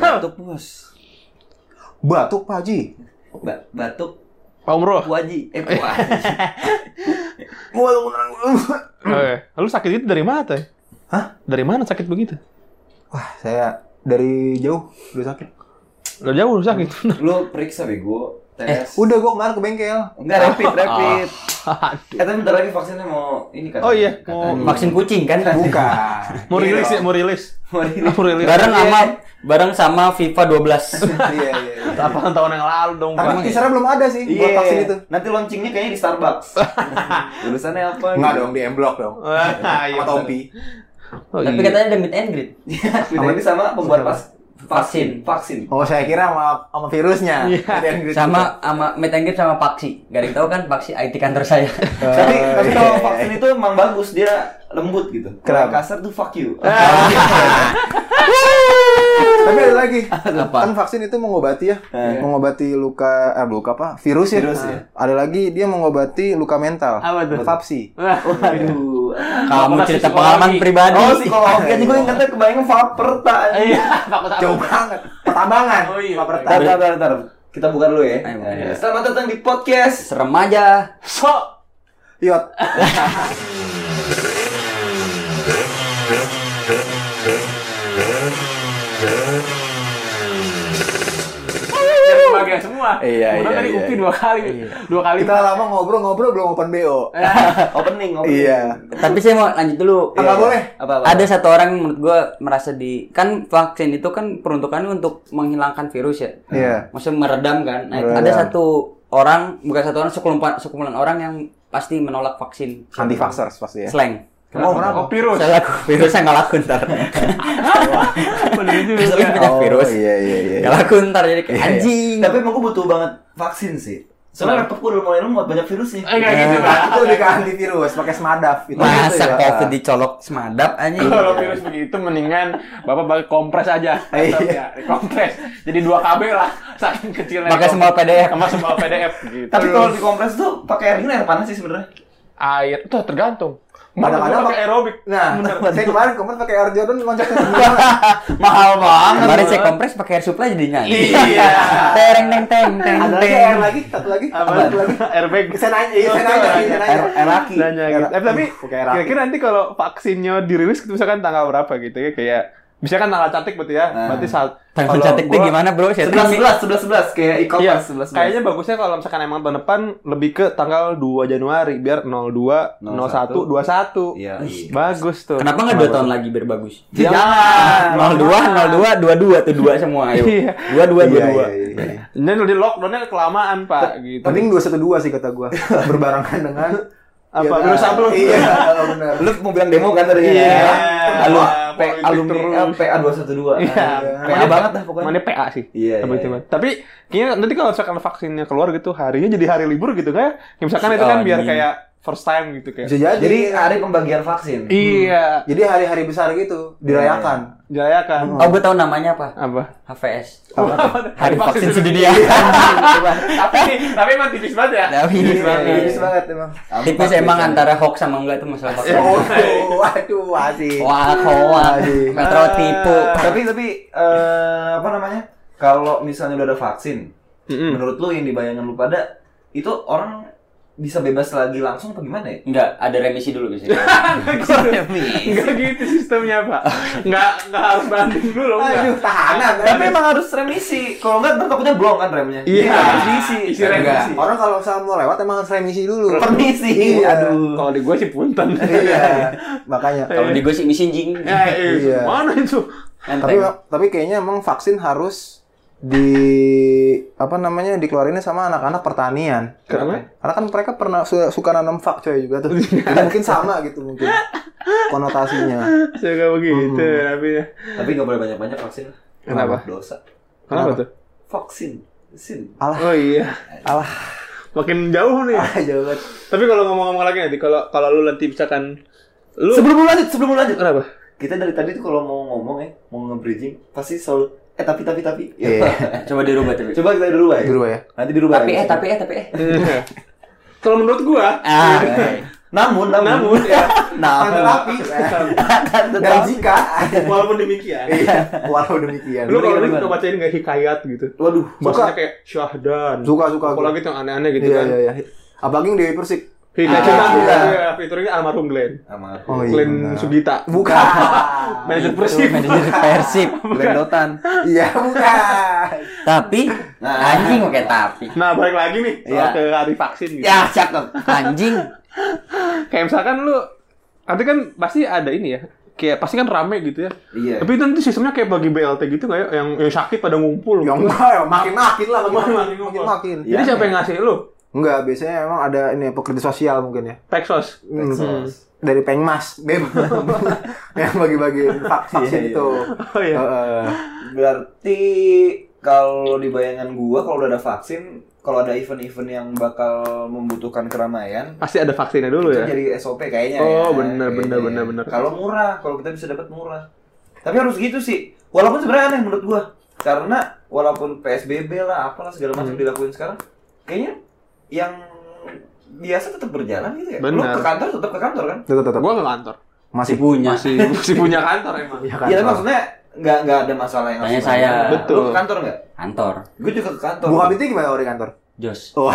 Batuk bos. Batuk Pak Haji. Batuk. Pak Umroh. Puaji. Puaji. Oke. Lalu sakit itu dari mana teh? Hah? Dari mana sakit begitu? Wah, saya dari jauh udah sakit. Udah jauh udah sakit. Lu periksa bego. Tes. Udah gua kemarin ke bengkel. Enggak rapid. Aduh. Tapi bentar lagi vaksinnya mau ini kan. Oh iya, Katanya. Vaksin kucing kan? Bukan. Mau rilis ya, mau rilis. Mau rilis. Bareng sama FIFA 12. Iya. 8 tahun yang lalu dong, Tapi Pak. teasernya belum ada sih buat vaksin itu. Nanti launchingnya kayaknya di Starbucks. Tulisannya apa? Enggak dong, di M-Block dong. Iya. Sama Tompi. Oh, Tapi iya. katanya ada meet and greet. Beda ini sama pembuat vaksin. Oh, saya kira sama virusnya. Iya. Sama meet and greet sama Paksi. Gak ada yang tahu kan Paksi IT kantor saya. Tapi kalau vaksin itu emang bagus, dia lembut gitu. Kalau Kenapa? kasar tuh fuck you. Tapi ada lagi. Apa? Kan vaksin itu mengobati ya. Mengobati luka apa? Virus ya. Virus ya. Ada lagi dia mengobati luka mental. Apa tuh? Vapsi. Waduh. Kamu Apakah cerita psikologi? pengalaman pribadi. Oh, psikologi aja gue ingetnya kebayang vaper tak. Iya, fakultas. Jauh banget. Pertambangan. Oh iya. Bentar. Kita buka dulu ya. Ayo, Ya. Selamat datang di podcast. Serem aja. Yot. Bagian semua. Iya, Udah iya, tadi iya. UPI 2 kali. 2 kali. Kita lama ngobrol belum open BO. Opening. Iya. Tapi saya mau lanjut dulu. Enggak boleh. Apa? Ada satu orang yang menurut gue merasa kan vaksin itu kan peruntukannya untuk menghilangkan virus ya. Iya. Maksudnya meredam kan. Nah, Meredam. ada sekumpulan orang yang pasti menolak vaksin. Anti vaxxers pasti ya. Slang. Kenapa? Oh, virus. Saya laku virusnya nggak laku ntar. Bener juga. Soalnya banyak virus. Iya. Nggak laku ntar jadi kayak Iya. anjing. Tapi emang gue butuh banget vaksin sih. Soalnya laptop gue udah mulai lemot, banyak virusnya. Enggak gitu, Pak. Itu lebih ke antivirus, pakai Smadaf. Itu Masa gitu ya. COVID dicolok semadap anjing. Kalau virus begitu mendingan Bapak pakai kompres aja. Iya. Kompres. Jadi 2 KB lah saking kecilnya. Pakai semua PDF. Sama semua PDF gitu. Tapi kalau dikompres tuh pakai air dingin, air panas sih sebenarnya. air itu tergantung. Kadang-kadang pakai aerobik. Nah, saya kemarin pakai Air Jordan loncatnya tinggi. Mahal banget. Kemarin saya kompres pakai air supply jadi nyanyi. Iya. Tereng teng teng teng Ada lagi teng. air lagi, satu lagi. Satu lagi. Airbag. Saya nanya. Air laki. Nanya gitu. Tapi pakai air aki. kira-kira nanti kalau vaksinnya dirilis gitu misalkan tanggal berapa gitu ya kayak misalkan tanggal cantik berarti ya. Berarti saat Tanggal kalau cantik tuh gua- gimana bro? Saya 11 kayak Iya, e-commerce 11. kayaknya bagusnya kalau misalkan emang tahun depan lebih ke tanggal 2 Januari biar 02, 01, 21. Iya. Bagus tuh. Kenapa nggak 2 tahun lagi biar bagus? Jangan. 02, 22 tuh 2 semua ayo. Iya. 22. Dan di lockdownnya kelamaan pak gitu. Mending 212 sih kata gua. Berbarengan dengan Apa? ya, Virus apa lu? Iya, benar. Lu mau bilang demo kan tadi? Iya. Alumni PA 212. Iya. PA banget dah pokoknya. Mana PA sih? Iya, Tapi iya. cuma. Tapi kayaknya nanti kalau misalkan vaksinnya keluar gitu harinya jadi hari libur gitu kan? Ya, misalkan itu kan biar kayak first time gitu kayak. Bisa jadi. Jadi hari pembagian vaksin. Iya. Jadi hari-hari besar gitu dirayakan. Dirayakan. Oh gue tahu namanya apa? Apa? HVS. Hari vaksin sedunia. Tapi emang tipis banget ya. Tipis banget. Tipis banget emang. Tipis emang antara hoax sama enggak itu masalah vaksin. Waduh, asik. Wah, hoax. Metro tipu. Tapi apa namanya? Kalau misalnya udah ada vaksin, menurut lu yang dibayangkan lu pada itu orang bisa bebas lagi langsung apa gimana ya? Enggak, ada remisi dulu biasanya. Enggak gitu sistemnya, Pak. Enggak harus banding dulu, enggak. Aduh, tahanan. Tapi emang harus remisi. Kalau enggak ntar takutnya blong kan remnya. Iya. Harus diisi. Isi rem. Enggak. Orang kalau misalnya mau lewat emang harus remisi dulu. Permisi. Iya. Aduh. Kalau di gue sih punten. Iya. Makanya. Kalau di gue sih misinjing. Iya. Mana itu? Tapi kayaknya emang vaksin harus dikeluarinnya sama anak-anak pertanian. Kenapa? Karena kan mereka pernah suka nanam fak coy juga tuh. Jadi mungkin sama gitu mungkin konotasinya. Suka begitu tapi ya. Tapi nggak boleh banyak-banyak vaksin. Kenapa? Dosa. Kenapa tuh? Vaksin. Alah. Oh iya. Alah. Makin jauh nih. Jauh banget. Tapi kalau ngomong-ngomong lagi nanti kalau lu nanti misalkan lu Sebelum lu lanjut. kenapa? Kita dari tadi tuh kalau mau ngomong mau nge-bridging pasti selalu tapi. Iya. Coba dirubah tapi. Coba kita dirubah ya. Dirubah ya. Nanti dirubah. Tapi. Kalau menurut gua, Namun ya. Tanda tapi. Dan jika Walaupun demikian. iya, walau demikian. Lu kalau Gimana? suka bacain nggak hikayat gitu? Waduh, Bahasanya kayak syahdan. Suka. Apalagi tuh yang aneh-aneh gitu Iya, kan. iya. Apalagi yang Dewi Persik. Hikayat Ah, cinta tuh iya. ya, fiturnya almarhum Glenn. sama Oh, iya. Glenn benar. Sugita. Bukan. Manajer Persib. Manajer Persib. Lendotan. Iya, bukan. Tapi anjing pakai tapi. Nah, balik lagi nih Iya. ke hari vaksin gitu. Ya, cakep. Anjing. Kayak misalkan lu nanti kan pasti ada ini ya. Kayak pasti kan rame gitu ya. Iya. Tapi itu nanti sistemnya kayak bagi BLT gitu nggak ya? Yang sakit pada ngumpul. Ya gitu. enggak, ya makin lah, Makin. Iya. Jadi siapa yang ngasih lu? Enggak, biasanya memang ada ini pekerja sosial mungkin ya. Peksos. Texas. Dari Pengmas, yang bagi-bagi vaksin Iya, itu. Oh iya. Berarti kalau di bayangan gua kalau udah ada vaksin, kalau ada event-event yang bakal membutuhkan keramaian, Pasti ada vaksinnya dulu itu ya. jadi SOP kayaknya Oh, ya. bener. Kayaknya. Kalau murah, kalau kita bisa dapat murah. Tapi harus gitu sih. Walaupun sebenarnya aneh menurut gua. Karena walaupun PSBB lah, apalah segala macam dilakuin sekarang, kayaknya yang biasa tetap berjalan gitu ya. Lu Bener. ke kantor tetap ke kantor kan? Tetap. Gua ke kantor. Masih Punya. Masih punya kantor emang. Iya Iya, tapi maksudnya nggak ada masalah yang Tanya harus saya. dilakukan. Betul. Lu ke kantor nggak? Kantor. Gue juga ke kantor. Buka pintu gimana kalau di kantor? Jos. Oh.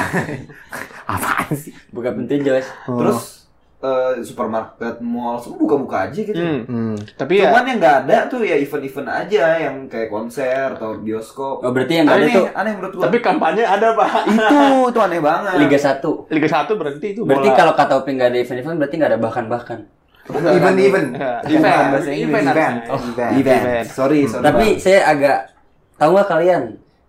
Apaan sih? Buka pintu Jos. Terus supermarket, mall, semua buka-buka aja gitu. Tapi ya Cuman yang nggak ada tuh ya event-event aja yang kayak konser atau bioskop. Oh, berarti yang nggak ada Aneh, tuh aneh menurut gua. tapi kampanye ada, Pak. itu aneh banget. Liga 1. Liga 1 berhenti itu. Berarti bola. kalau kata Oping nggak ada event-event berarti nggak ada bahkan-bahkan. Event. Ya, Bukan event, bahasa Inggris. event Event. harusnya. Event. Sorry. Tapi saya agak tahu nggak kalian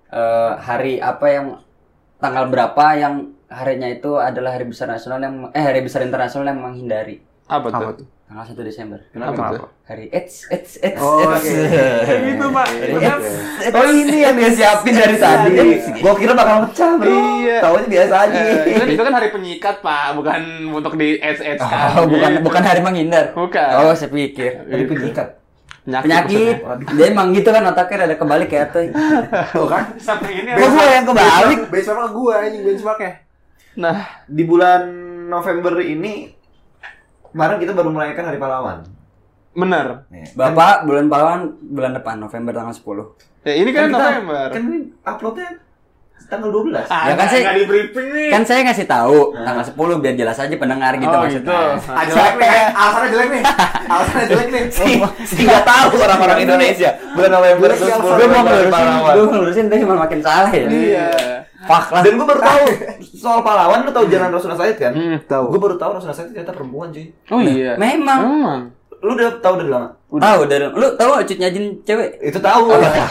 hari apa yang tanggal berapa yang harinya itu adalah hari besar nasional yang hari besar internasional yang menghindari. Apa Apa tuh? tuh? Tanggal 1 Desember. Kenapa tuh? Hari AIDS. Oh, AIDS. oke. Kayak gitu, Pak. Oh ini yang dia siapin dari tadi. Gua kira bakal pecah bro. Iya. Taunya biasa aja. Itu kan hari penyikat, Pak, bukan untuk di AIDS kan. Oh, bukan hari menghindar. Bukan. Oh, saya pikir. Dari penyikat. Penyakit. Dia emang gitu kan otaknya ada kebalik ya tuh. Tuh kan? Sampai ini. Kok gua yang kebalik? Benchmark ke gua anjing benchmarknya. Nah, Di bulan November ini kemarin kita baru merayakan Hari Pahlawan. benar. Nih. Bapak bulan pahlawan bulan depan November tanggal 10. Ya ini kan kita- November. Kan ini uploadnya tanggal 12. Ya kan saya- nggak di briefing nih. Kan saya ngasih tahu tanggal 10 biar jelas aja pendengar gitu Oh, maksudnya. gitu. Ah, jelek nih. Alasannya jelek nih. Alasannya jelek nih. Nggak tahu orang-orang Indonesia. Bulan November Jelek terus yang bulan Gue mau Hari ngelurusin, Pahlawan. gue ngelurusin tapi malah makin salah ya. Iya. Fuck lah. Dan gue baru tahu soal pahlawan, lu tahu Jalan Rasuna Said kan? Tahu. Gue baru tahu Rasuna Said ternyata perempuan cuy. Oh iya. Memang. Emang. Lu udah tahu dari lama? Tahu dari lu tahu Cut Nyajin cewek? Itu tahu.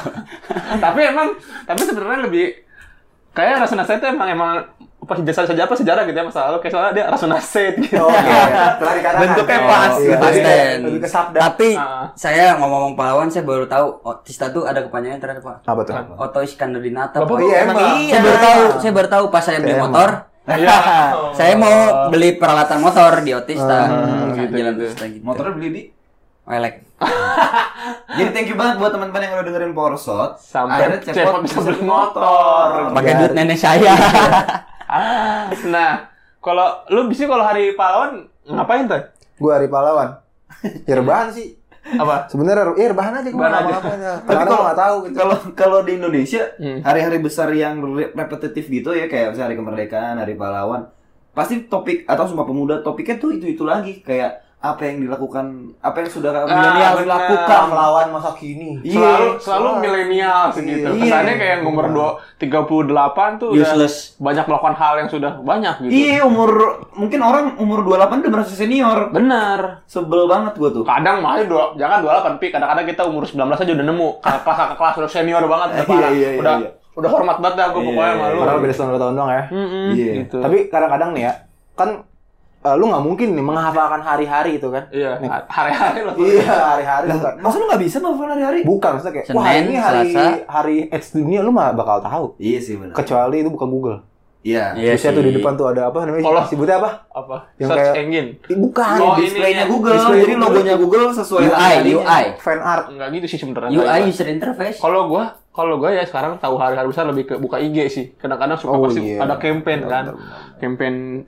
tapi sebenarnya lebih kayak Rasuna Said itu emang pas sejarah gitu ya masa lalu kayak soalnya dia Rasuna Said gitu. Oh, iya. Telah dikarenakan. Bentuknya pas. Iya, Pas lebih- dan. Lebih ke sabda. Tapi Ah. saya ngomong-ngomong pahlawan saya baru tahu Otista tuh ada kepanjangan terakhir Pak. Apa tuh? Otto Iskandar Dinata. Bapak Pak. Oh iya emang. Iya. Saya baru tahu pas saya beli Emang. motor. Iya. Saya mau beli peralatan motor di Otista. gitu, Jalan gitu. Otista gitu. Motornya beli di. Welek. Jadi thank you banget buat teman-teman yang udah dengerin Powershot. Sampai Akhirnya Cepot bisa beli motor. Pakai Iya. duit nenek saya. Nah, kalau lu bisa kalau hari pahlawan ngapain tuh? Gua hari pahlawan. Ya rebahan sih. Apa? Sebenarnya rebahan aja gua Rebahan aja. ngapa-ngapain ya. Tapi Kadang-kadang kalau nggak tahu gitu. kalau di Indonesia Hmm. hari-hari besar yang repetitif gitu ya kayak misalnya hari kemerdekaan, hari pahlawan, pasti topik atau Sumpah Pemuda topiknya tuh itu lagi kayak apa yang dilakukan, apa yang sudah milenial benar. dilakukan. melawan masa kini. Selalu milenial segitu. Iya. Kesannya kayak yang umur 38 tuh Useless. udah banyak melakukan hal yang sudah banyak gitu. Iya, mungkin orang umur 28 udah merasa senior. Bener. Sebel banget gua tuh. Kadang malah jangan 28 pi, kadang-kadang kita umur 19 aja udah nemu kakak kelas udah senior banget udah parah. Iya, Udah hormat banget dah gue pokoknya sama lu. Padahal beda setahun 2 tahun doang ya. Iya. Gitu. Tapi kadang-kadang nih ya, kan lu nggak mungkin nih menghafalkan hari-hari itu kan. Iya, hari-hari loh. Iya, hari-hari. Lah, masa lu nggak bisa menghafal hari-hari? Bukan, maksudnya kayak, Senin, wah ini Selasa. hari AIDS dunia lu mah bakal tahu. Iya sih benar. Kecuali itu buka Google. Iya. Iya Terusnya tuh di sih. depan tuh ada apa namanya? Kalau- Sebutnya apa? Apa? Yang Search kayak- engine. Bukan. Oh, ini Displaynya ya. Google, Display jadi Google. logonya Google sesuai UI. Fan art. Enggak gitu sih sebenarnya. UI user interface. Kalau gua ya sekarang tahu hari-hari besar lebih ke buka IG sih. Kadang-kadang suka Oh, pasti iya. ada campaign kan. Benar. Campaign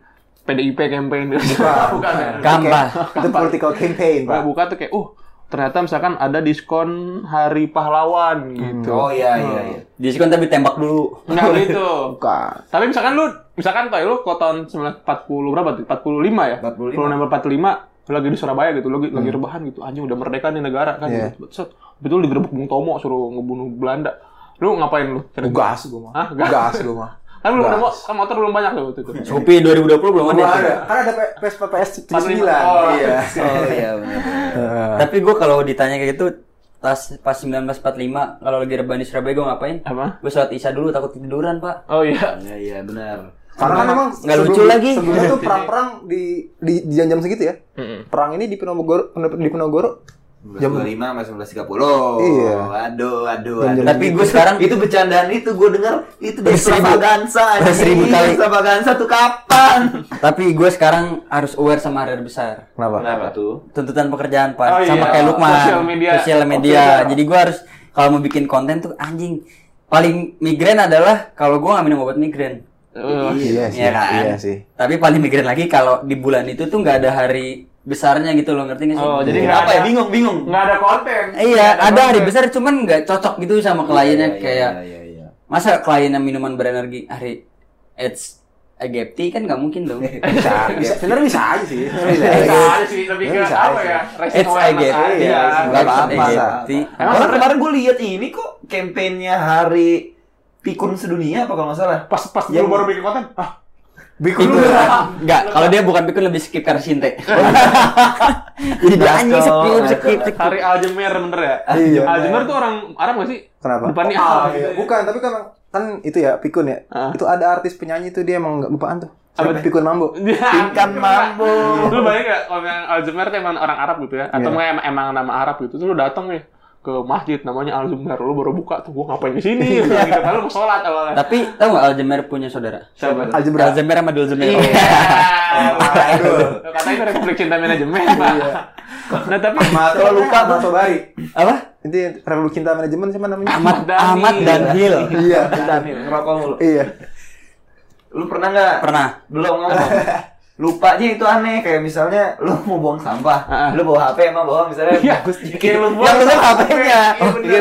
PDIP campaign gitu. Bukan. Bukan. Ya? Gampang. Itu political campaign, Gua Pak. buka tuh kayak, ternyata misalkan ada diskon Hari Pahlawan gitu. Oh iya. Diskon tapi tembak dulu. Enggak gitu. Bukan. Tapi misalkan Toy, lu kok tahun 1940 berapa tuh? 45 ya? 45. November 45 lagi di Surabaya gitu, lagi rebahan gitu. Anjing udah merdeka nih negara kan. Iya. Gitu. Set, betul digerebek Bung Tomo suruh ngebunuh Belanda. Lu ngapain lu? Gas gua mah. Hah? Gas? Gas gua mah. Kan belum ada Gas. kan motor belum banyak tuh waktu itu. Shopee 2020 belum Belum ada. ada. Kan ada PS 79. Oh, Iya. Oh iya benar. Tapi gue kalau ditanya kayak gitu pas 1945 kalau lagi rebahan di Surabaya gue ngapain? Apa? Gue sholat isya dulu takut tiduran pak. Oh iya. Iya benar. Karena kan emang nggak lucu lagi. Sebelumnya tuh perang-perang di jam-jam segitu ya. Perang ini di Penogoro Jam 25 sampai 19.30. Iya. Aduh. Jam-jam Tapi gue sekarang Itu bercandaan itu gue dengar itu Udah seribu- extravaganza. udah 1000 kali. Extravaganza tuh kapan? tapi gue sekarang harus aware sama hari besar. Kenapa? Kenapa tuh? Tuntutan pekerjaan pak Oh, sama iya. kayak Lukman. Sosial media. Jadi gue harus kalau mau bikin konten tuh anjing paling migrain adalah kalau gue nggak minum obat migrain. Iya sih. Iya kan? Iya sih. Tapi paling migrain lagi kalau di bulan itu tuh nggak ada hari besarnya gitu loh, ngerti nggak sih? Oh, jadi Kenapa ya? Bingung. Nggak ada konten. Iya, Nggak ada hari konten. besar cuman nggak cocok gitu sama kliennya kayak Iya. masa kliennya minuman berenergi hari AIDS Aegypti kan nggak mungkin dong. Bisa. Sebenarnya bisa aja sih. Bisa aja sih, lebih ke Bisa apa aja. ya? Racing AIDS awareness Aegypti. aja. Iya, Nggak apa-apa. Aegypti. Emang Kemarin gue lihat ini kok kampanyenya Hari Pikun Sedunia apa kalau nggak salah? Pas Yang- lu baru bikin konten. Bikun Pikun. Enggak, kalau dia bukan pikun lebih skip karena sinte. Jadi dia anjing skip. Hari Aljemer bener ya? Iya. Aljemer tuh orang Arab nggak sih? Kenapa? Depannya Ah, A. iya. Bukan, tapi kan itu ya Pikun ya. Ah. Itu ada artis penyanyi tuh dia emang nggak lupaan tuh. Apa Siapa? Pikun Mambo. Tingkan mambo. Lu bayangin nggak kalau yang Aljemer tuh emang orang Arab gitu ya? Atau Iya. emang nama Arab gitu? Terus lu datang nih ke masjid namanya Aljemer, lu baru buka tuh, gua ngapain di sini? Gitu kan lu mau sholat awalnya. Tapi tahu nggak Aljemer punya saudara? Siapa? Aljebra. Aljemer sama Dulzemer. Iya. Katanya itu Republik Cinta Manajemen, Pak. Nah, tapi Kalau lupa Ahmad Sobari. Apa? Itu yang Republik Cinta Manajemen siapa namanya? Ahmad Danhil. Iya. Daniel ngerokok mulu. Iya. Lu pernah nggak? Pernah. Belum ngomong. Lupanya itu aneh, kayak misalnya lu mau buang sampah, lu bawa HP emang bawa misalnya bagus kayak lu buang yang bener sampah. HP-nya. Iya, bener.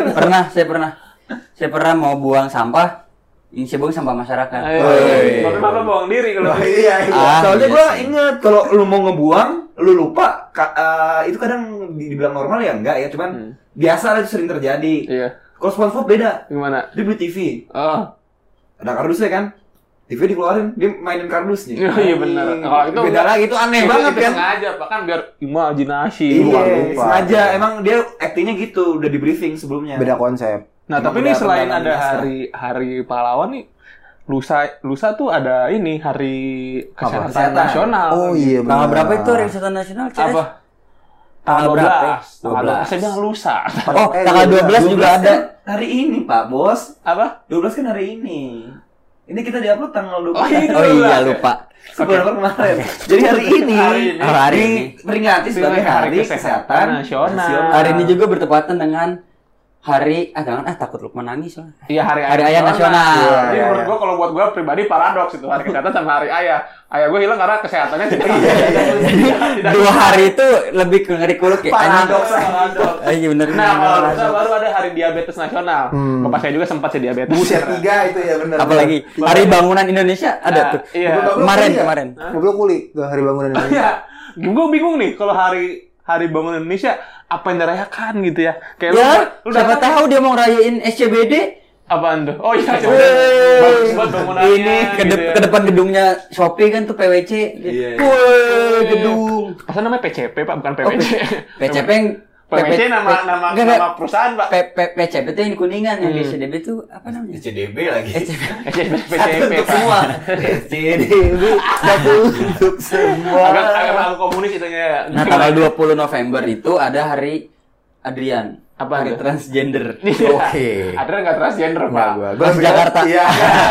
Saya pernah mau buang sampah. Ini saya buang sampah masyarakat. Tapi Bapak bohong diri kalau Iya. Soalnya iya gua sih. inget kalau lu mau ngebuang, lu lupa, itu kadang dibilang normal ya enggak ya, cuman biasa lah itu sering terjadi. Iya. Kalau SpongeBob beda, Gimana? dia beli TV, Oh. ada kardusnya kan, TV dikeluarin, dia mainin kardusnya. Iya benar. Kalau itu beda lagi, itu aneh banget itu kan. sengaja, Pak, kan biar imajinasi. Iya, lupa. sengaja emang dia aktingnya gitu, udah di briefing sebelumnya. Beda konsep. Nah, Emang tapi nih udah selain pengalaman ada biasa. hari pahlawan nih, lusa tuh ada ini hari kesehatan Kesehatan. nasional. Oh iya benar. Tanggal berapa itu Hari Kesehatan Nasional? Cez? Apa? Tanggal berapa? 12. Saya bilang lusa. Oh, tanggal 12 juga ada. Hari ini, Pak Bos. Apa? 12 kan hari ini. Ini kita diupload tanggal 12. Oh, iya. Oh iya lupa. Sebulan kemarin. Jadi hari ini, Hari ini. Oh, hari ini. peringati sebagai Hari Kesehatan Nasional. Hari ini juga bertepatan dengan hari jangan takut Lukman nangis soalnya. Iya, hari Hari Ayah Nasional. Jadi menurut gua kalau buat gua pribadi paradoks itu hari kesehatan sama hari ayah. Ayah gua hilang karena kesehatannya tidak. Tidak Dua hari itu lebih ke ngeri kuluk ya. Paradoks. Iya bener. Nah, kalau lusa baru ada hari diabetes nasional. Bapak saya juga sempat sih diabetes. Buset 3 itu ya benar. Apalagi Hari Bangunan Indonesia ada tuh. Iya. Kemarin. Ngobrol kuli tuh hari bangunan Indonesia. Iya. Gue bingung nih kalau hari Bangunan Indonesia apa yang dirayakan gitu ya. Kayak Ya, lu siapa datang- tahu dia mau ngerayain SCBD. apaan tuh? Oh iya, Wey. bagus buat bangunannya. Ini gitu ya. ke depan gedungnya Shopee kan tuh PWC. Iya. Woi, gedung. Masa namanya PCP, Pak, bukan PWC. PCP yang PWC nama perusahaan, Pak. PCP itu yang di Kuningan, yang di SCBD itu apa namanya? CDB lagi. PCP. Untuk semua. CDB satu untuk semua. Agak komunis itunya ya. Nah, tanggal 20 November itu ada hari Adrian. Apa Hari itu? transgender. Oke. Ada nggak transgender, Pak? Gua Pas Jakarta. Iya.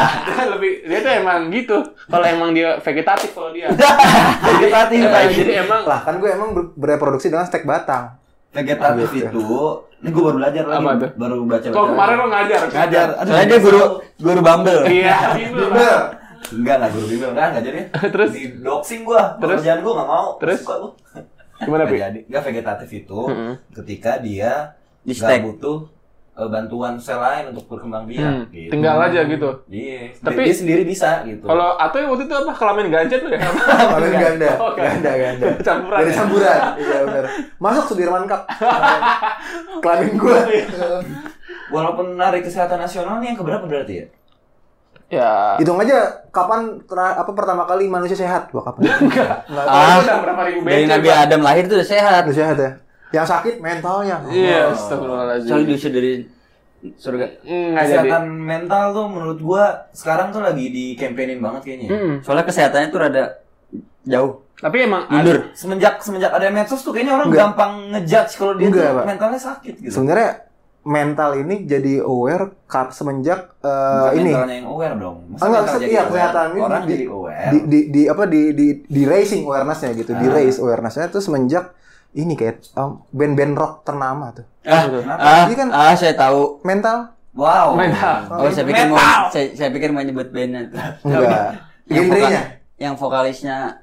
Dia tuh emang gitu. Kalau emang dia vegetatif kalau dia. Vegetatif. Jadi emang Lah kan gue emang bereproduksi dengan stek batang. Vegetatif itu, ini gue baru belajar lagi. Apa tuh? Baru baca. kok kemarin lo ngajar. ngajar. Aduh, Soalnya dia guru Bumble. Iya, Bener. Enggak guru bimbel enggak jadi. Terus? Di doxing gua, pekerjaan gua enggak mau. Terus? Suka gua. Gimana, Pi? Nggak jadi. Enggak vegetatif itu ketika dia Di enggak stek. butuh bantuan sel lain untuk berkembang biak gitu. Tinggal aja gitu. Iya. Tapi- Dia sendiri bisa gitu. Kalau atau waktu itu apa kelamin ganja tuh ya? Kalian ganda. Oh, Ganda. Campuran. Dari Ya? campuran. Iya benar. Masuk Sudirman Cup. Kelamin gua. Walaupun hari kesehatan nasional nih yang keberapa berarti ya? Ya. Hitung aja kapan pertama kali manusia sehat? Wah, kapan? Enggak. Itu udah berapa ribu Dari becek, Nabi Pak. Adam lahir tuh udah sehat. Udah sehat ya. Yang sakit mentalnya. Iya, astagfirullahaladzim. Soalnya diusir dari surga. Nggak jadi. Kesehatan mental tuh menurut gua sekarang tuh lagi di campaignin banget kayaknya. Soalnya kesehatannya tuh rada jauh. Tapi emang Mundur. Semenjak ada medsos tuh kayaknya orang Enggak. gampang ngejudge kalau dia Enggak, tuh Pak. mentalnya sakit gitu. Sebenarnya mental ini jadi aware semenjak Bukan ini. mentalnya yang aware dong. Masa Enggak, mental jadi iya, aware? kesehatan ini Orang di- jadi aware. di raising awareness-nya gitu, di raise awareness-nya tuh semenjak ini kayak band-band rock ternama tuh. Ini kan Saya tahu. mental Wow. Mental. Oh, saya pikir mau saya pikir mau nyebut bandnya. enggak. Yang Genrenya. yang vokalisnya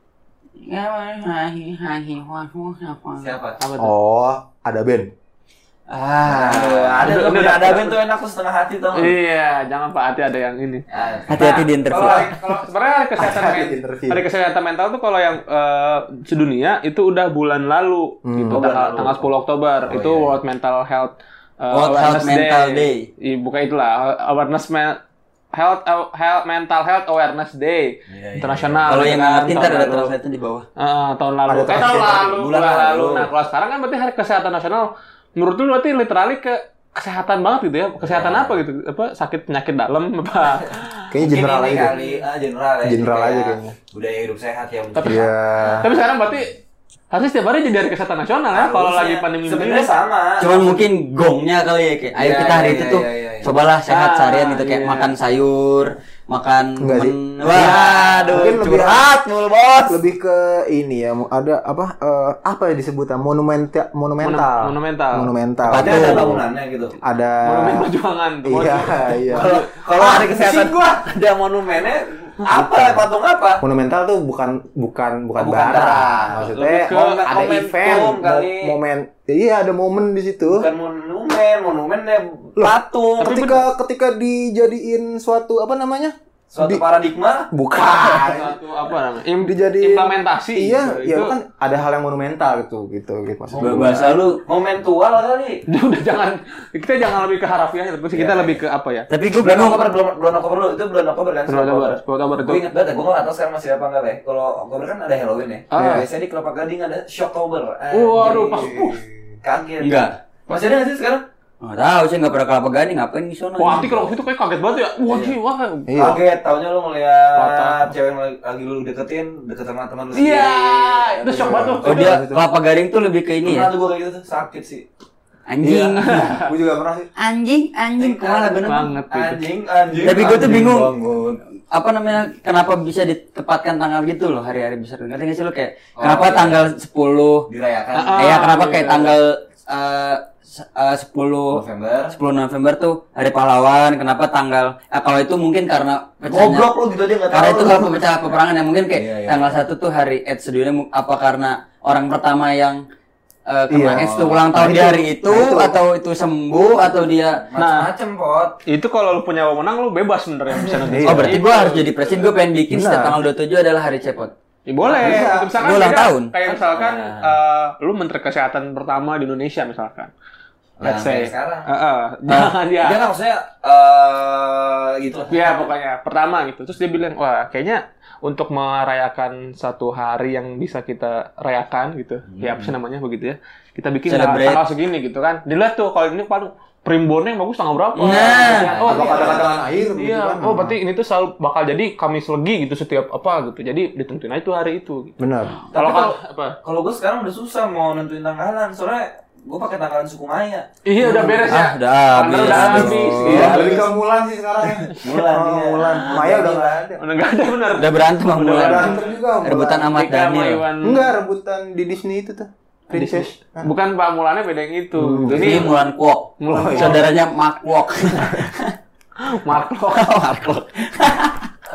Siapa? Oh, ada band. Ada band tuh enak tuh setengah hati tau nggak? Iya, jangan Pak Hati ada yang ini. Hati-hati di interview. Kalau sebenarnya hari kesehatan Hati-hati di interview. hari kesehatan mental tuh kalau yang sedunia itu udah bulan lalu gitu Oh, bulan lalu. tanggal 10 Oktober itu iya. World Mental Health World Health Mental Day. Bukan itulah Mental Health Awareness Day Iya, iya. internasional. Kalau gitu yang kan, ngerti ntar tahun ada lalu. translate di bawah. Tahun lalu. Ada Tahun translate. lalu, Bulan bulan lalu. lalu. Nah, kalau sekarang kan berarti hari kesehatan nasional menurut lu berarti literally ke kesehatan banget gitu ya. Kesehatan apa gitu? Apa sakit penyakit dalam apa? Kayaknya general Mungkin ini aja. kali, general ya. General Kayak aja kayaknya. Budaya hidup sehat ya. mungkin. Tapi Iya. Tapi sekarang berarti harusnya setiap hari jadi hari kesehatan nasional ya kalau Harusnya. lagi pandemi sebenarnya sama. Cuman mungkin gongnya kali ya kayak ayo Iya, kita hari iya, itu iya, tuh iya, iya. cobalah sehat seharian gitu kayak iya. makan sayur, makan Enggak sih. Waduh, Mungkin lebih- curhat mulu bos. Lebih ke ini ya, ada apa ya disebutnya monumental. Monumental. Berarti ada bangunannya gitu. Ada Monumen perjuangan. Iya, iya. Kalau hari kesehatan ada monumennya apa? Patung apa? Monumental tuh bukan Bukan barang. barang. Maksudnya Lebih ke ada momentum event, kali. momen. Iya, ada momen di situ. Bukan monumennya patung. Ketika dijadiin suatu apa namanya? Suatu paradigma. Bukan. Satu apa namanya? Dijadiin Implementasi. Iya, gitu. ya Itu kan ada hal yang monumental gitu maksudnya. Bahasa lu. Momentual kali. udah kita jangan lebih ke harafiah terus kita lebih ke apa ya? Tapi gue Bulan bingung. Oktober dulu itu bulan Oktober kan? Bulan Oktober itu. Gue inget banget, gue nggak tahu sekarang masih apa enggak ya. Kalau Oktober kan ada Halloween ya. Biasanya di Kelapa Gading ada Shocktober. Waduh, pas kaget. Enggak. Masih ada nggak sih sekarang? Nggak tahu saya nggak pernah Kelapa Gading ngapain di sono. Wah, nanti kalau itu kayak kaget banget ya. Wah, wah. Iya. Kaget, taunya lu ngeliat Patah. cewek yang lagi lu deket sama teman lu Iya, itu shock banget tuh. Oh dia Kelapa Gading tuh lebih ke ini Pernah ya. tuh gue kayak gitu tuh, sakit sih. Anjing. Gue juga pernah sih. Anjing kemana bener. banget itu. Anjing. Tapi gue tuh anjing bingung. bangun. Apa namanya? Kenapa bisa ditepatkan tanggal gitu loh hari-hari besar? Ngerti nggak sih lo kayak kenapa tanggal 10? Dirayakan. Kenapa iya. kayak tanggal 10 November. 10 November tuh hari pahlawan. Kenapa tanggal kalau itu mungkin karena pecahnya Goblok lu gitu dia nggak tahu. karena itu kalau pecah peperangan ya mungkin kayak Iya, iya. tanggal 1 tuh hari AIDS sedunia apa karena orang pertama yang kena Iya. AIDS tuh ulang tahun Nah, di itu. hari itu Nah, itu. atau itu sembuh atau dia Macem-macem pot. Itu kalau lu punya wewenang lu bebas sebenarnya bisa nanti. oh berarti gua harus jadi presiden gua pengen bikin Benar. setiap tanggal 27 adalah hari cepot. Ya, boleh. Bisa. Misalkan Gua ulang beda. tahun. Kayak misalkan lu menteri kesehatan pertama di Indonesia misalkan. Let's say. Kayak sekarang. Jangan ya. Dia nggak maksudnya gitu lah. Ya pokoknya pertama gitu. Terus dia bilang, wah kayaknya untuk merayakan satu hari yang bisa kita rayakan gitu. Ya apa sih namanya begitu ya. Kita bikin Celebrate. tanggal segini gitu kan. Dilihat tuh kalau ini paling primbonnya yang bagus tanggal berapa. Nah. Oh, Atau kata-kata air gitu iya. kan. Oh berarti ini tuh selalu bakal jadi Kamis Legi gitu setiap apa gitu. Jadi ditentuin aja tuh hari itu. Gitu. Benar. Kalau kalau- apa? Kalau gue sekarang udah susah mau nentuin tanggalan, soalnya gue pakai tanggalan suku Maya. Iya udah beres ya. Udah habis. Tanggal udah habis. Iya, Iya. lebih ke Mulan sih sekarang ya. Mulan, Oh, iya. Mulan. Maya udah nggak ada. Udah nggak ada benar. Udah berantem sama Udah Mulan. Berantem juga Mulan. Rebutan Ahmad Tika sama Daniel. Iwan. Enggak, rebutan di Disney itu tuh. Princess. Bukan Pak Mulannya beda yang itu. Ini Mulan Kwok. Mulan Kwok. Saudaranya Mark Kwok. Mark Lok. Mark Kwok.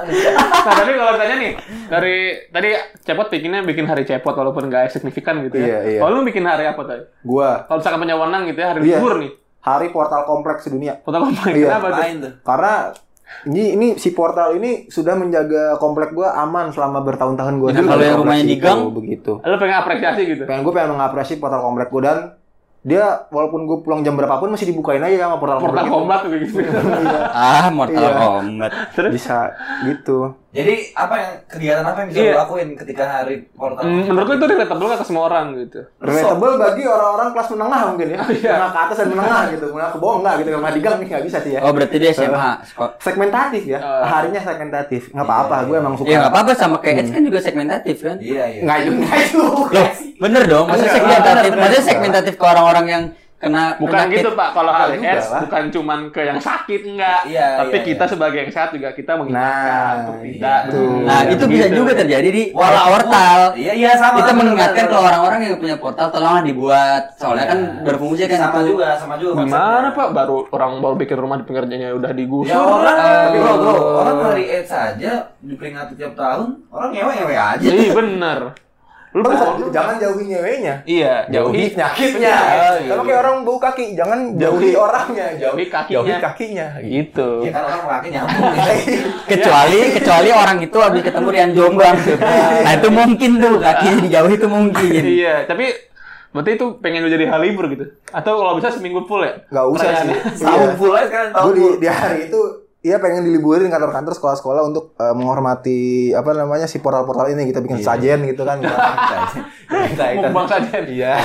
Nah, tapi kalau ditanya nih, dari tadi Cepot bikin hari Cepot walaupun nggak signifikan gitu ya. Iya. Kalau lu bikin hari apa tadi? Gua Kalau misalkan punya wewenang gitu ya, hari Iya. libur nih. hari portal kompleks sedunia. Portal kompleks. Iya. Kenapa tuh? Main tuh. Karena ini si portal ini sudah menjaga komplek gua aman selama bertahun-tahun gua. Ya, di kalau yang kompleks rumahnya di itu, gang? begitu. Lu pengen apresiasi gitu? Gue pengen mengapresiasi portal komplek gua dan dia walaupun gue pulang jam berapapun masih dibukain aja sama portal Portal komplek. kombat tuh gitu. Mortal Iya. Kombat. Terus? Bisa gitu. Jadi kegiatan apa yang bisa Iya. lo lakuin ketika hari portal? Menurut gue itu relatable gak ke semua orang gitu. Relatable bagi orang-orang kelas menengah mungkin ya. Iya. Menengah ke atas dan menengah gitu. Menengah ke bawah enggak gitu. Kalau di gang nih enggak bisa sih ya. Oh, berarti dia SMA. Segmentatif ya. Harinya segmentatif. Enggak apa-apa, gue emang suka. Ya nggak apa-apa, sama kayak Eds kan juga segmentatif kan? Iya. Enggak itu. Loh, bener dong. Maksudnya segmentatif. Maksudnya segmentatif ke orang-orang yang kena Bukan penyakit. gitu Pak, kalau hari juga AIDS lah. bukan cuman ke yang sakit enggak, Iya, tapi iya, kita iya. sebagai yang sehat juga kita mengingatkan untuk tidak. itu. Nah, itu bisa juga terjadi di portal. Iya sama. Kita bener, mengingatkan bener. ke orang-orang yang punya portal, tolonglah dibuat. Soalnya kan berfungsi kan sama itu. juga Gimana Pak? Orang baru bikin rumah di pinggir jalannya udah digusur. Ya orang, tapi bro, Oh. orang hari AIDS saja diperingati tiap tahun, orang ngewe aja. Iya bener. Lu Jangan jauhi nyewenya. Iya, Jauhi jauhi penyakitnya. Iya. Sama kayak orang bau kaki, jangan jauhi orangnya. jauhi kakinya. Jauhi kakinya. Gitu. Ya kan orang pakai nyambung nih. Kecuali orang itu habis ketemu Rian Jombang. Nah, itu mungkin tuh kakinya dijauhi itu mungkin. Iya, tapi berarti itu pengen lu jadi hal libur gitu? Atau kalau bisa seminggu full ya? Nggak usah sih. Tahun full aja sekarang tahun Gue full. di hari itu pengen diliburin kantor-kantor sekolah-sekolah untuk menghormati si portal-portal ini kita bikin sajen gitu kan. Mukbang saja. Iya.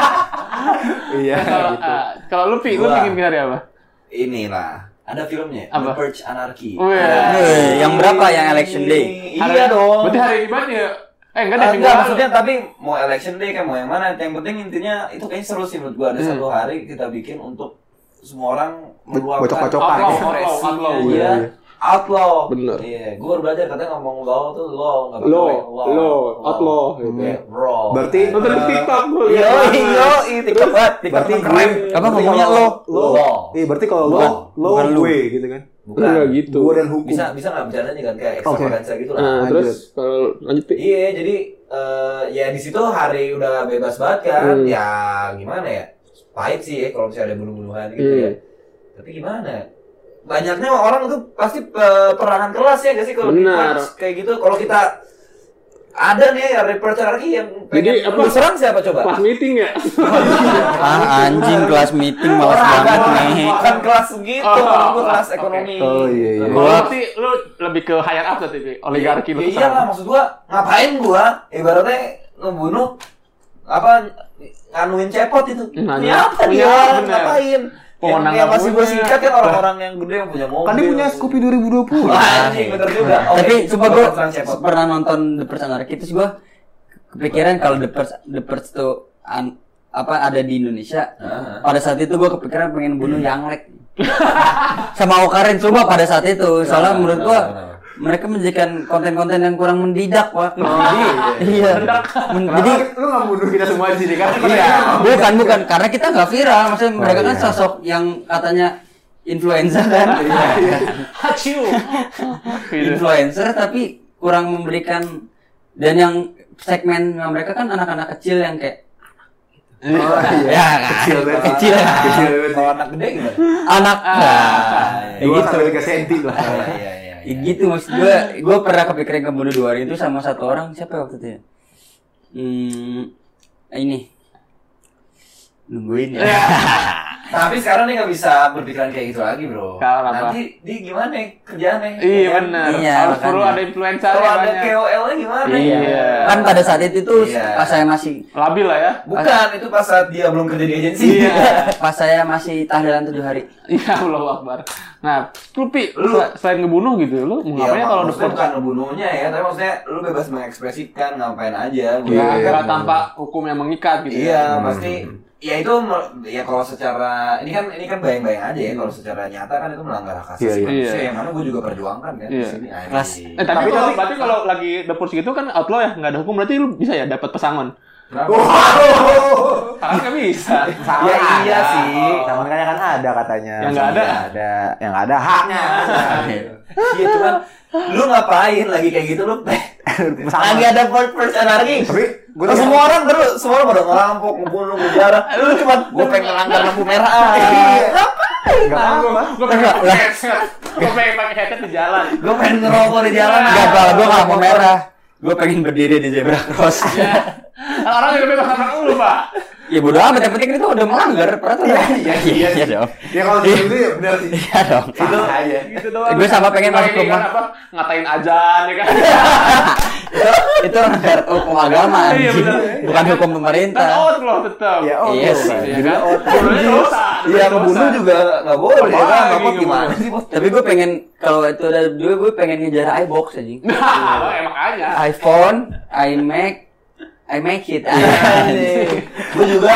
Iya Kalau gitu. kalau lu lu Gua. bikin hari apa? Inilah, ada filmnya, Apa? The Purge Anarchy. Yang berapa yang election day? Iya dong. Berarti hari ini banyak ya? Enggak deh, minggu Enggak, lalu. maksudnya tapi mau election day kan mau yang mana, yang penting intinya itu kayaknya seru sih menurut gua. Ada satu hari kita bikin untuk semua orang meluapkan Bocok-bocokan. Outlaw. Iya. Outlaw. Bener. Iya, gua baru belajar katanya ngomong law tuh law, enggak Law, pakai outlaw gitu. Kayak raw. Berarti Nonton di TikTok gue Iya, TikTok banget. TikTok berarti kan keren. Apa ngomongnya lo? Law. Iya, berarti kalau lo bukan lu. gue gitu kan. Enggak gitu. Gue dan hukum. Bisa enggak bercandanya kan kayak ekstravaganza gitu lah. Nah, terus kalau lanjut Pi. Iya, jadi ya di situ hari udah bebas banget kan. Ya gimana ya? Pahit sih ya kalau misalnya ada bunuh-bunuhan gitu ya. Tapi gimana? Banyaknya orang tuh pasti perangan kelas ya gak sih kalau di Benar. match kayak gitu. Kalau kita ada nih ya reporter lagi yang Jadi pengen apa? lu serang siapa coba? Pas meeting ya? Anjing kelas meeting malas Orang banget kan nih. bukan kelas gitu, itu kelas ekonomi. Oh iya iya. Gua berarti lu lebih ke higher up tadi Pi. Oligarki lu Iya kesana. lah, maksud gua ngapain gua ibaratnya ngebunuh apa nganuin cepot itu. Nah, Punya apa punya, dia? bener. Ngapain? Pemenang Yang masih gua punya. singkat kan orang-orang yang gede yang punya mobil. Kan dia punya Scoopy 2020. Anjing, bener juga. Tapi sumpah gue Kalau serang cepot. pernah nonton The Purge Anarchy, terus gue kepikiran kalau The Purge tuh ada di Indonesia. Pada saat itu gue kepikiran pengen bunuh Yanglek sama Okarin, coba pada saat itu. Soalnya menurut gue mereka menjadikan konten-konten yang kurang mendidak, Wak. Iya. Jadi lu nggak bunuh kita semua di sini kan? iya, bukan karena kita nggak viral. Maksudnya mereka kan sosok yang katanya influencer kan. Haciu. Gitu. Influencer tapi kurang memberikan, dan yang segmen mereka kan anak-anak kecil yang kayak ya kan? Kecil banget. Kecil ya. Kecil banget. Kalau anak gede gimana? Anak ya Dua gitu. sampai 3 senti lah. Iya. Ya gitu, maksud gue pernah kepikiran ngebunuh 2 hari itu sama satu orang, siapa ya waktu itu ya? Ini nungguin ya. Tapi sekarang nih nggak bisa berpikiran kayak gitu lagi, bro. Kenapa? Nanti di gimana kerjaannya? Iya kan? benar. Iya, Harus perlu makanya. ada influencer Kalau ada banyak. KOL-nya gimana? Iya. Kan pada saat itu tuh Iya. pas saya masih Labil lah ya. Bukan, itu pas saat dia belum kerja di agensi. Iya. pas saya masih tahlilan 7 hari. Iya, Allahu Akbar. Nah, lu Pi, Lu- selain ngebunuh gitu, lu mau Iya, ngapain kalau maksudnya udah bukan ngebunuhnya ya, tapi maksudnya lu bebas mengekspresikan ngapain aja. ya, Iya. nggak tanpa hukum yang mengikat gitu. Iya, pasti. Ya itu ya kalau secara ini kan bayang-bayang aja ya, kalau secara nyata kan itu melanggar hak asasi Iya, iya. manusia Iya. yang mana gue juga perjuangkan kan di Iya. sini. Kelas. anjing. Tapi berarti kalau lagi dapur segitu kan outlaw ya, nggak ada hukum, berarti lu bisa ya dapat pesangon. Tangan nggak bisa. Sama Ya iya ada. sih. Sama kan ada katanya. Yang nggak ada? Yang nggak ada haknya. Iya cuman lu ngapain lagi kayak gitu lu? Lagi ada first anarki. Tapi gue Terus semua orang semua pada ngerampok, ngebunuh, ngejarah. Lu cuma gue pengen ngelanggar lampu merah. nggak apa-apa. Gue pengen pakai headset. Gue pengen pakai headset di jalan. Gue pengen ngerokok di jalan. Enggak, Pak, gue nggak mau merah. Gue pengen berdiri di zebra cross. Orang juga bebas sama lu, Pak. Ya bodo amat, yang penting itu udah melanggar peraturan. Iya dong. Ya kalau gitu ya benar sih. Iya dong. Sama aja. Gitu doang. Gue sama pengen masuk Ini kan rumah. apa? Ngatain azan ya kan. Itu melanggar hukum agama, Iya, anjing. benar. Bukan hukum Kan pemerintah. out loh tetap. Ya, Iya sih. Iya kan? Bunuhnya dosa. Iya, ngebunuh juga nggak boleh ya kan? Apalagi Ngapa gimana ngebunuh? sih, Bos? Tapi gue pengen kalau itu ada dua, gue pengen ngejar iBox anjing. Nah, makanya. iPhone, I make it. Gue juga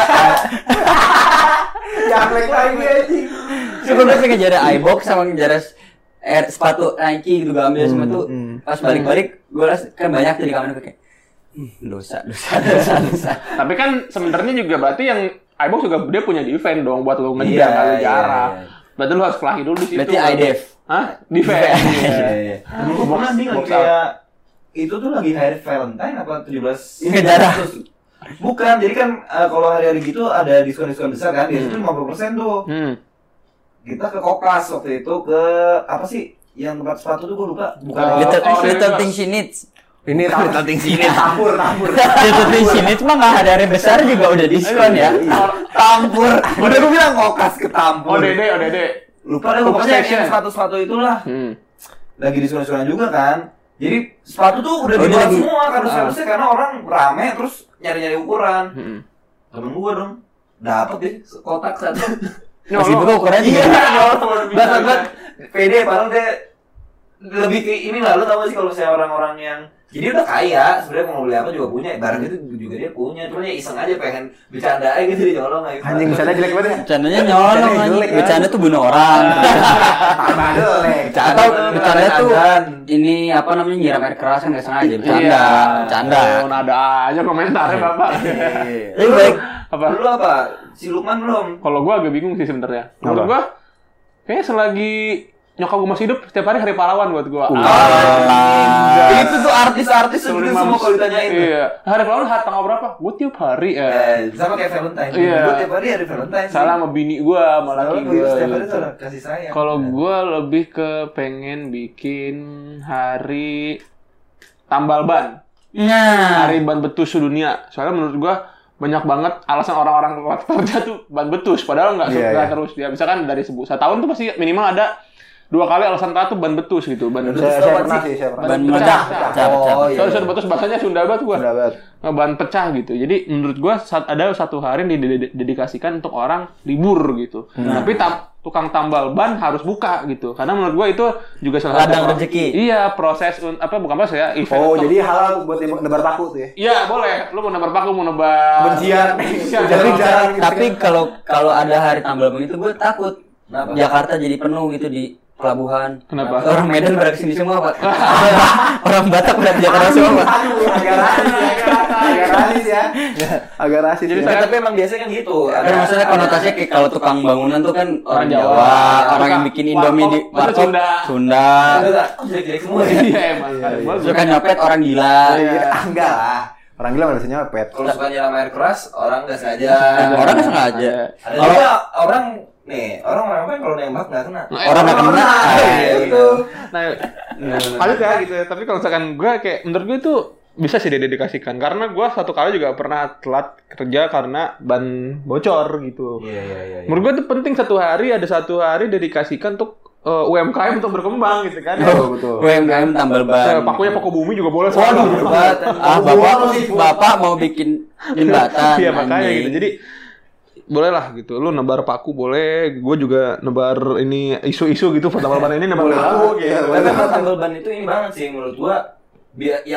Jaklek lagi anjing. Sebenarnya pengen ngejar iBox sama ngejar sepatu Nike gitu, gue ambil semua tuh. Pas balik-balik gue kan banyak tuh di kamar gue kayak dosa. Tapi kan sebenarnya juga berarti yang iBox juga dia punya defend dong buat lu ngejar Iya, kali iya, jarak. iya. Berarti lu harus kelahi dulu di situ. Berarti iDev. Hah? Defend. Iya. gue pernah nih lagi Box kayak itu tuh lagi hari Valentine apa 17 Ngejar. Bukan, jadi kan kalau hari-hari gitu ada diskon-diskon besar kan, biasanya tuh 50% tuh. Kita ke Kokas waktu itu ke apa sih yang tempat sepatu tuh gue lupa. Bukan Little thing she needs. Ini Little thing she needs. campur. Little thing she needs mah nggak ada hari besar juga udah diskon ya. Tampur. Udah gue bilang Kokas ke Tampur. ODD. Lupa deh pokoknya yang sepatu-sepatu itulah. Lagi diskon-diskonan juga kan. Jadi sepatu tuh udah dijual lagi. semua kardus-kardusnya karena orang rame terus nyari-nyari ukuran. Temen gua dong dapet deh kotak satu. Masih buka ukurannya juga. Banget pede padahal dia lebih ke ini lah, lu tau gak sih kalau saya orang-orang yang jadi udah kaya sebenarnya mau beli apa juga punya, barang itu juga dia punya, cuma ya iseng aja pengen bercanda aja gitu dia nyolong aja. Anjing misalnya jelek banget ya. Bercandanya nyolong Bercandanya anjing. jelek, ya. Bercanda tuh bunuh orang. Tambah jelek. Atau bercanda tuh Azan. ini apa namanya nyiram air keras kan nggak sengaja bercanda. Iya. Bercanda. Oh, ada aja komentarnya, Bapak. Tapi baik. Apa? Lu apa? Si Lukman belum? Kalau gua agak bingung sih sebenarnya. Menurut gua kayaknya selagi nyokap gua masih hidup setiap hari pahlawan buat gua. Itu tuh artis-artis sebelum semua kalau ditanyain. Iya. Hari pahlawan hari tanggal berapa? Gua tiap hari. Sama kayak Valentine. Iya. Gue tiap hari hari Valentine. Salah sama bini gua, sama laki gua. Setiap hari gitu. tuh kasih sayang. Kalau gua lebih ke pengen bikin hari tambal ban. Nah, Hari ban betus sedunia. Soalnya menurut gua banyak banget alasan orang-orang keluar kerja tuh ban betus. Padahal nggak Iya. terus dia. Misalkan dari setahun tuh pasti minimal ada 2 kali alasan tuh ban betus gitu. Ban betus. Saya pernah sih, saya pernah. ban Pecah. meledak. Pecah. Oh iya. Soalnya betus bahasanya Sunda banget gua. Udah banget. Ban pecah gitu. Jadi menurut gua ada satu hari yang didedikasikan untuk orang libur gitu. Tapi tukang tambal ban harus buka gitu. Karena menurut gua itu juga salah Ladang satu rezeki. Iya, proses bukan proses ya, event. Oh, untuk- jadi halal buat nebar paku tuh ya. Iya, boleh. Lu mau nebar paku, mau nebar Kebencian. Jadi jarang. Tapi kalau ada hari tambal ban itu gue takut. Kenapa? Jakarta jadi penuh gitu di pelabuhan. Kenapa? Orang Medan pada kesini semua, Pak. Orang Batak pada di Jakarta semua, Pak. Aduh, agak rasis ya. Agak rasis Jadi ya. Ya, tapi emang biasanya kan gitu. Kan maksudnya konotasinya kayak kalau tukang bangunan tuh kan orang Jawa. Jawa, orang yang bikin Indomie di Warkop, itu warkop Sunda. Jelek-jelek semua ya. Iya, emang. Suka nyopet orang gila. Enggak lah. Orang gila mana bisa nyopet. Kalau suka nyiram air keras, orang nggak sengaja. Orang nggak sengaja. Ada juga orang orang kan kalau nembak nggak kena. Orang nggak kena. Iya, gitu. Nah, paling ya gitu ya. Tapi kalau misalkan gue kayak menurut gue itu bisa sih didedikasikan karena gue satu kali juga pernah telat kerja karena ban bocor gitu. Iya. Menurut gue itu penting satu hari dedikasikan untuk UMKM untuk berkembang gitu kan. Betul. UMKM tambal ban. Pakunya paku bumi juga boleh. Waduh, berat. Bapak mau bikin jembatan. Iya makanya anjing. gitu. Jadi boleh lah gitu. Lu nebar paku boleh. Gue juga nebar ini isu-isu gitu. Tambal ban ini nebar paku gitu. Tapi emang tambal ban itu ini banget sih menurut gua. Yang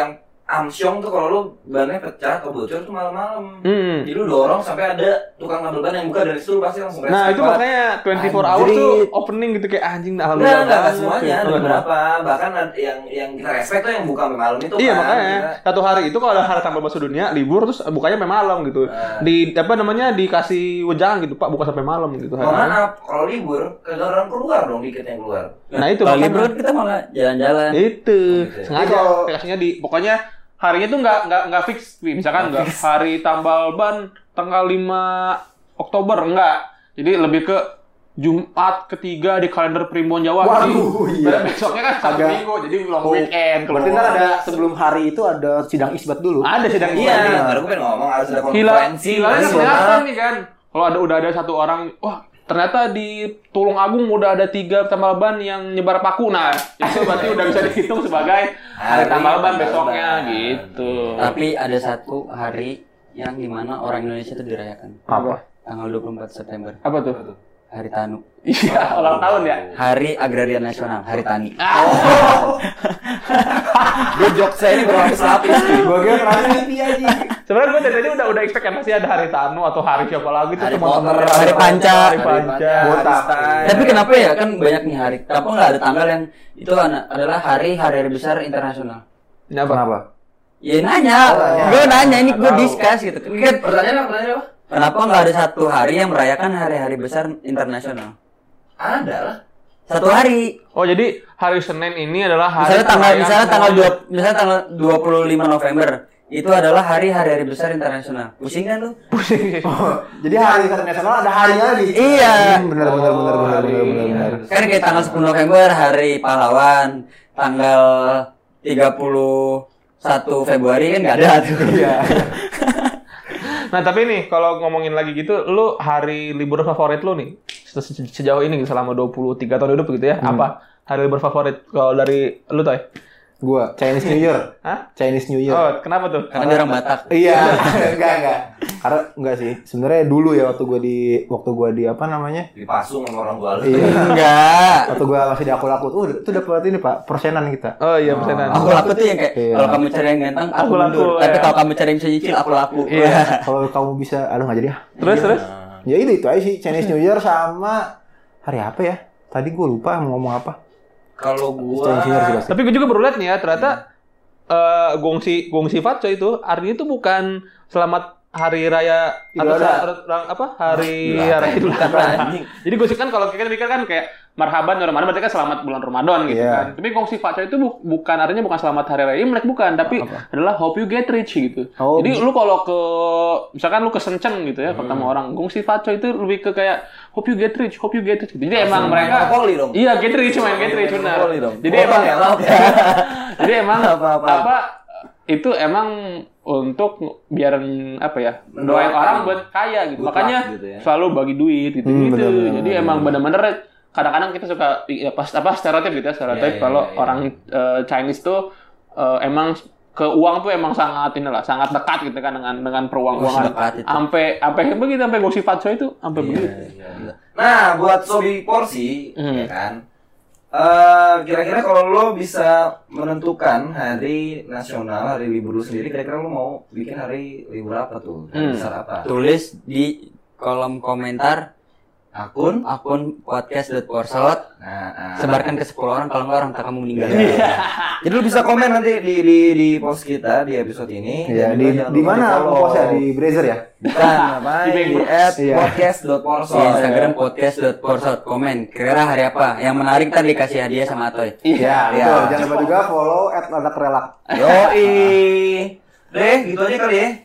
Amsyong tuh kalau lu bannya pecah atau bocor tuh malam-malam. Hmm. Jadi lu dorong sampai ada tukang tambal ban yang buka dari situ lu pasti langsung Nah, itu makanya 24 hours tuh opening gitu kayak anjing alhamdulillah. Enggak semuanya, ada beberapa. Bahkan ada yang kita respect tuh yang buka sampai malam itu Iya kan. makanya satu hari itu kalau ada hari tambal ban sedunia libur terus bukanya sampai malam gitu. Di apa namanya dikasih wejangan gitu Pak buka sampai malam gitu. Mohon maaf, kalau libur kagak orang keluar dong dikit yang keluar. Nah itu Kalau makanya. libur kan kita malah jalan-jalan. Itu gitu ya. sengaja dikasihnya di pokoknya harinya tuh nggak fix, misalkan nggak hari tambal ban tanggal 5 Oktober enggak. Jadi lebih ke Jumat ketiga di kalender Primbon Jawa. Waduh, iya. Besoknya kan Sabtu Agak- Minggu, jadi long weekend. Berarti ntar ada sebelum hari itu ada sidang isbat dulu. Ada sidang Iya, isbat. baru gue pengen ngomong harus ada Hilang konferensi. hilangnya nasional. kelihatan nih kan. Kalau udah ada satu orang, wah ternyata di Tulung Agung udah ada 3 tambal ban yang nyebar paku. Nah, itu berarti udah bisa dihitung sebagai hari tambal ban besoknya gitu. Tapi ada satu hari yang dimana orang Indonesia itu dirayakan. Apa? Tanggal 24 September. Apa tuh? Hari Tanu. Iya, ulang tahun ya. Hari Agraria Nasional, Hari Tani. Dia jok saya ini berlapis-lapis nih. Gua kira translate aja. Sebenarnya gue dari tadi udah expect kan pasti ada hari Tanu atau hari siapa lagi tuh Hari teman-teman Potter, Hari Panca. Hari Panca. Botak. Tapi kenapa ya kan banyak nih hari? Kenapa nggak ada tanggal yang itu adalah hari besar internasional? Kenapa? Ya nanya, gue nanya ini gue discuss gitu. Kan Pertanyaan apa? kenapa nggak ada satu hari yang merayakan hari besar internasional? Ada lah. Satu hari. Oh, jadi hari Senin ini adalah hari Misalnya tanggal 25 November itu adalah hari besar internasional. Pusing kan lu? Jadi hari internasional ada hari lagi. Iya. Benar. Kan kayak tanggal 10 November hari pahlawan, tanggal 31 Februari kan nggak ada tuh. Iya. Nah, tapi nih kalau ngomongin lagi gitu, lu hari libur favorit lu nih sejauh ini gitu, selama 23 tahun hidup gitu ya. Apa hari libur favorit kalau dari lu, Toy? Gua Chinese New Year. Hah? Chinese New Year. Oh, kenapa tuh? Karena dia orang Batak. Iya, enggak. Karena enggak sih. Sebenarnya dulu ya waktu gua di apa namanya? Dipasung sama orang tua lu. Iya. Enggak. Waktu gua masih di aku itu dapat ini Pak, persenan kita. Oh iya, persenan. Aku laku tuh yang kayak Iya. kalau kamu cari yang ganteng aku Aku laku, mundur. Tapi ya. kalau kamu cari yang bisa nyicil aku laku. Iya. Kalau kamu bisa, aduh enggak jadi ah. Terus? Ya itu aja sih Chinese New Year sama hari apa ya? Tadi gua lupa mau ngomong apa. Kalau Chinese New Year sih gua pasti. Tapi gue juga baru lihat nih ya, ternyata gongsi Fatso itu artinya itu bukan selamat hari raya Idul atau Adha. hari raya Idul Adha. Jadi gue sih kan kalau kita pikir kan kayak marhaban Ramadan berarti kan selamat bulan Ramadan gitu Iya. kan. Tapi gongsi Fatso itu bukan artinya bukan selamat hari raya Imlek bukan, tapi adalah hope you get rich gitu. Oh, Jadi lu kalau ke misalkan lu ke Senceng gitu ya ketemu orang gongsi Fatso itu lebih ke kayak hope you get rich gitu. Jadi emang mereka Monopoli dong. iya get rich benar. Monopoli dong. Jadi Oh, emang ya, maaf ya. jadi emang Apa-apa. itu emang untuk biar apa ya doain orang buat kaya gitu. Good Makanya luck gitu ya. selalu bagi duit gitu. bener. Jadi emang benar-benar kadang-kadang kita suka ya, stereotip gitu ya Iya, kalau iya. orang Chinese tuh emang ke uang tuh emang sangat sangat dekat gitu kan dengan peruang-uangan. dekat itu. Sampai begitu sampai gosip Fatso itu sampai begitu. Nah, buat Sobi Porsi, ya kan. Kira-kira kalau lo bisa menentukan hari nasional, hari libur lu sendiri, kira-kira lo mau bikin hari libur apa tuh? Hari besar apa? Tulis di kolom komentar Akun? podcast.porsot. Nah, Sebarkan ke 10 orang kalau nggak orang tak kamu meninggal. Jadi lo bisa komen nanti di post kita di episode ini. Iya, Dan di juga jangan di lupa mana di-follow. posnya di Brazer ya? Bukan, apa? Di Iya. @podcast.porsot. Di Instagram podcast.porsot. Komen kira-kira hari apa yang menarik tadi dikasih hadiah sama Atoy. Iya, Iya. betul. Jangan lupa juga follow @ladakrelak. Yoi. Deh, gitu aja kali ya.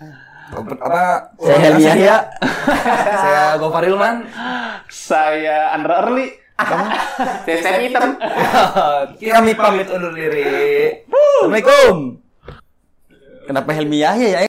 Apa? Saya Helmi Yahya. Saya Gofar Ilman. Saya Andra Early. Saya Step Hitam. Kami pamit undur diri. Assalamualaikum. Kenapa Helmi Yahya ya?